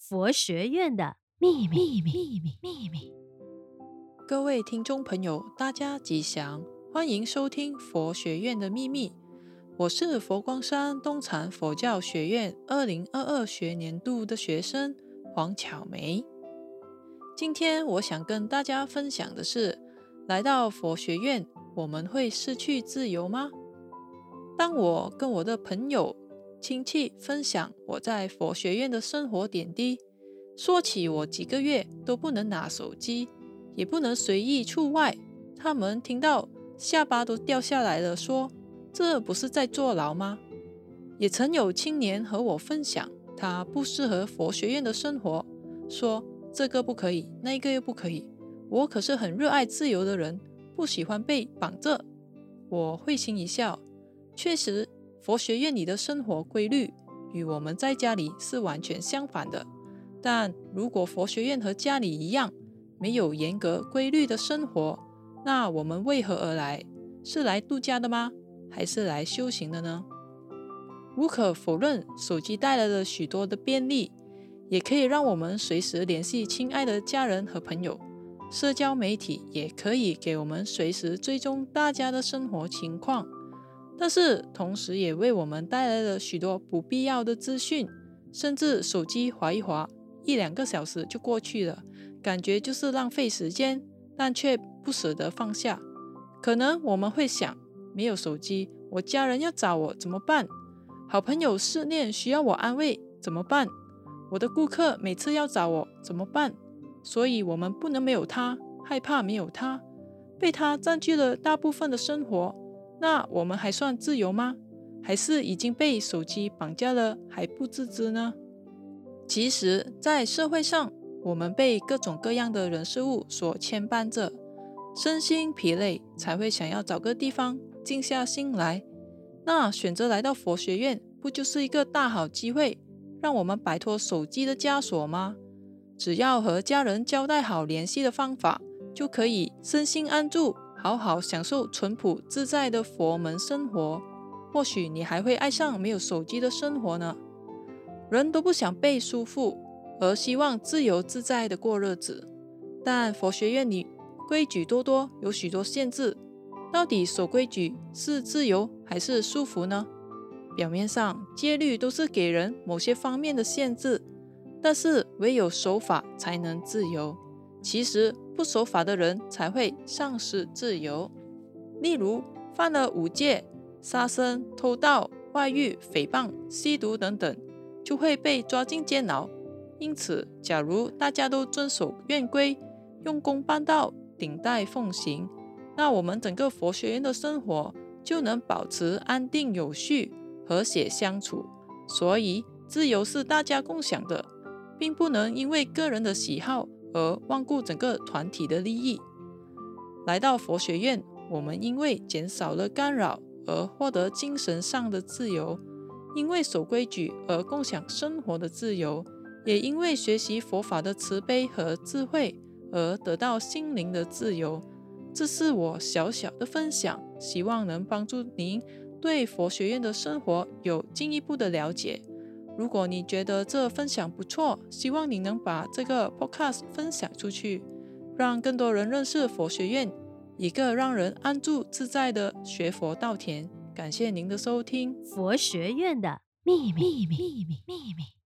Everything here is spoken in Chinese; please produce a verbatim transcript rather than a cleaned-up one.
佛学院的秘密秘密秘密。 各位听众朋友，大家吉祥，欢迎收听佛学院的秘密。我是佛光山东禅佛教学院二零二二学年度的学生黄巧梅。今天我想跟大家分享的是，来到佛学院，我们会失去自由吗？当我跟我的朋友、亲戚分享我在佛学院的生活点滴，说起我几个月都不能拿手机，也不能随意出外，他们听到下巴都掉下来了，说这不是在坐牢吗？也曾有青年和我分享他不适合佛学院的生活，说这个不可以，那个又不可以，我可是很热爱自由的人，不喜欢被绑着。我会心一笑，确实佛学院里的生活规律与我们在家里是完全相反的，但如果佛学院和家里一样没有严格规律的生活，那我们为何而来？是来度假的吗？还是来修行的呢？无可否认，手机带来了许多的便利，也可以让我们随时联系亲爱的家人和朋友。社交媒体也可以给我们随时追踪大家的生活情况，但是同时也为我们带来了许多不必要的资讯，甚至手机滑一滑，一两个小时就过去了，感觉就是浪费时间，但却不舍得放下。可能我们会想，没有手机，我家人要找我怎么办？好朋友失恋需要我安慰怎么办？我的顾客每次要找我怎么办？所以我们不能没有他，害怕没有他，被他占据了大部分的生活，那我们还算自由吗？还是已经被手机绑架了还不自知呢？其实在社会上，我们被各种各样的人事物所牵绊着，身心疲累才会想要找个地方静下心来。那选择来到佛学院，不就是一个大好机会，让我们摆脱手机的枷锁吗？只要和家人交代好联系的方法，就可以身心安住，好好享受淳朴自在的佛门生活。或许你还会爱上没有手机的生活呢。人都不想被束缚，而希望自由自在的过日子。但佛学院里规矩多多，有许多限制，到底守规矩是自由还是束缚呢？表面上戒律都是给人某些方面的限制，但是唯有守法才能自由。其实不守法的人才会丧失自由。例如犯了五戒，杀生、偷盗、外遇、诽谤、吸毒等等，就会被抓进监牢。因此假如大家都遵守院规，用功办道，顶戴奉行，那我们整个佛学院的生活就能保持安定有序，和谐相处。所以自由是大家共享的，并不能因为个人的喜好而罔顾整个团体的利益。来到佛学院，我们因为减少了干扰而获得精神上的自由，因为守规矩而共享生活的自由，也因为学习佛法的慈悲和智慧而得到心灵的自由。这是我小小的分享，希望能帮助您对佛学院的生活有进一步的了解。如果你觉得这分享不错，希望你能把这个 podcast 分享出去，让更多人认识佛学院，一个让人安住自在的学佛稻田。感谢您的收听。 佛学院的秘密秘密秘密。